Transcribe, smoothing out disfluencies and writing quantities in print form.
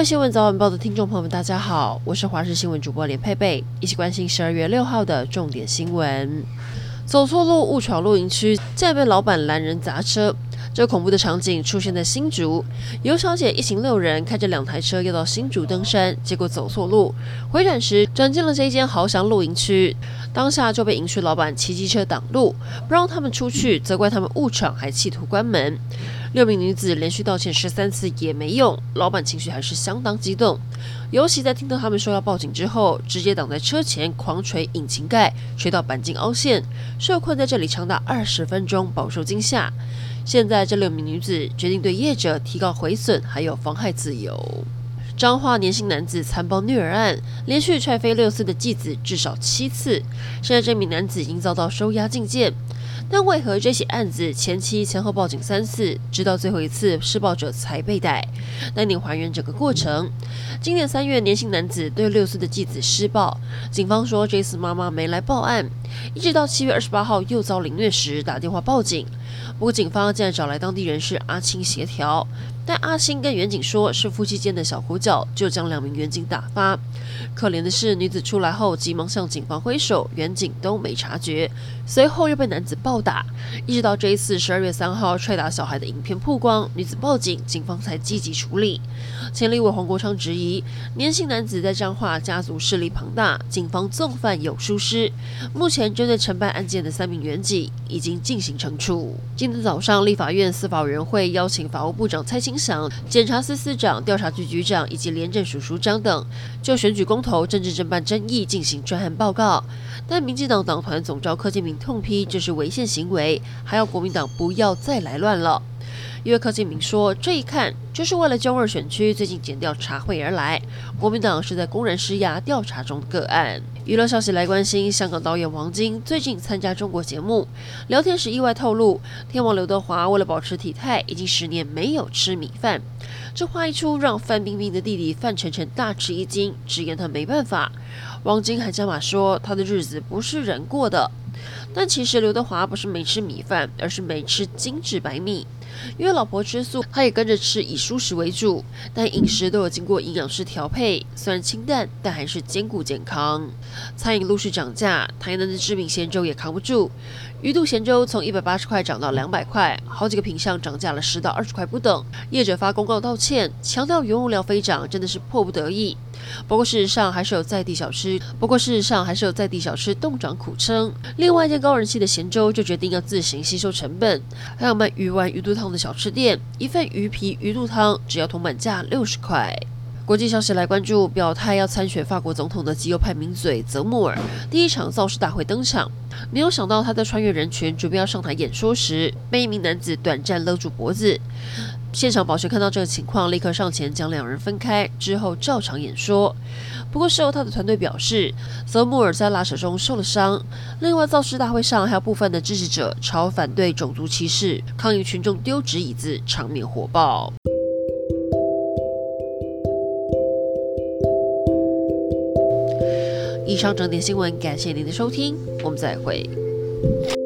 位新闻早晚报的听众朋友们，大家好，我是华视新闻主播连佩佩，一起关心12月6号的重点新闻。走错路误闯露营区，竟然被老板拦人砸车。这恐怖的场景出现在新竹，尤小姐一行6人开着2台车要到新竹登山，结果走错路，回转时转进了这一间豪翔露营区，当下就被营区老板骑机车挡路，不让他们出去，责怪他们误闯，还企图关门。6名女子连续道歉13次也没用，老板情绪还是相当激动，尤其在听到他们说要报警之后，直接挡在车前狂捶引擎盖，捶到钣金凹陷，受困在这里长达20分钟，饱受惊吓。现在这6名女子决定对业者提告毁损，还有妨害自由。彰化年轻男子残暴虐儿案，连续踹飞6次的继子至少7次，现在这名男子已经遭到收押禁见。但为何这起案子前期前后报警3次，直到最后一次施暴者才被逮？带您还原整个过程。今年3月，年轻男子对6岁的继子施暴，警方说这次妈妈没来报案，一直到7月28号又遭凌虐时打电话报警。不过警方竟然找来当地人士阿青协调，但阿青跟远警说是夫妻间的小口角，就将2名远警打发。可怜的是，女子出来后急忙向警方挥手，远警都没察觉，随后又被男子暴打，一直到这一次12月3号踹打小孩的影片曝光，女子报警，警方才积极处理。前立委黄国昌质疑，年轻男子在彰化家族势力庞大，警方纵犯有疏失。目前针对承办案件的3名远警已经进行惩处。今天早上，立法院司法委员会邀请法务部长蔡清祥、检察司司长、调查局局长以及廉政署署长等，就选举公投政治侦办争议进行专案报告。但民进党党团总召柯建铭痛批这是违宪行为，还要国民党不要再来乱了。因为柯建铭说，这一看就是为了中二选区最近检调查会而来，国民党是在公然施压调查中的个案。娱乐消息来关心，香港导演王晶最近参加中国节目，聊天时意外透露，天王刘德华为了保持体态，已经10年没有吃米饭。这话一出，让范冰冰的弟弟范丞丞大吃一惊，直言他没办法。王晶还加码说，他的日子不是人过的。但其实刘德华不是没吃米饭，而是没吃精致白米。因为老婆吃素，他也跟着吃，以蔬食为主，但饮食都有经过营养师调配，虽然清淡，但还是兼顾健康。餐饮陆续涨价，台南的知名咸粥也扛不住，鱼肚咸粥从180块涨到200块，好几个品项涨价了10到20块不等。业者发公告道歉，强调原物料飞涨真的是迫不得已。不过事实上还是有在地小吃冻涨苦撑。另外一间高人气的咸粥就决定要自行吸收成本，还有卖鱼丸、鱼肚汤的小吃店，一份鱼皮鱼肚汤只要铜板价60块。国际消息来关注，表态要参选法国总统的极右派名嘴泽穆尔第一场造势大会登场，没有想到他在穿越人群准备要上台演说时，被一名男子短暂勒住脖子。现场保全看到这个情况，立刻上前将2人分开，之后照常演说。不过事后他的团队表示，泽穆尔在拉扯中受了伤。另外，造势大会上还有部分的支持者朝反对种族歧视，抗议群众丢掷椅子，场面火爆。以上整点新闻，感谢您的收听，我们再会。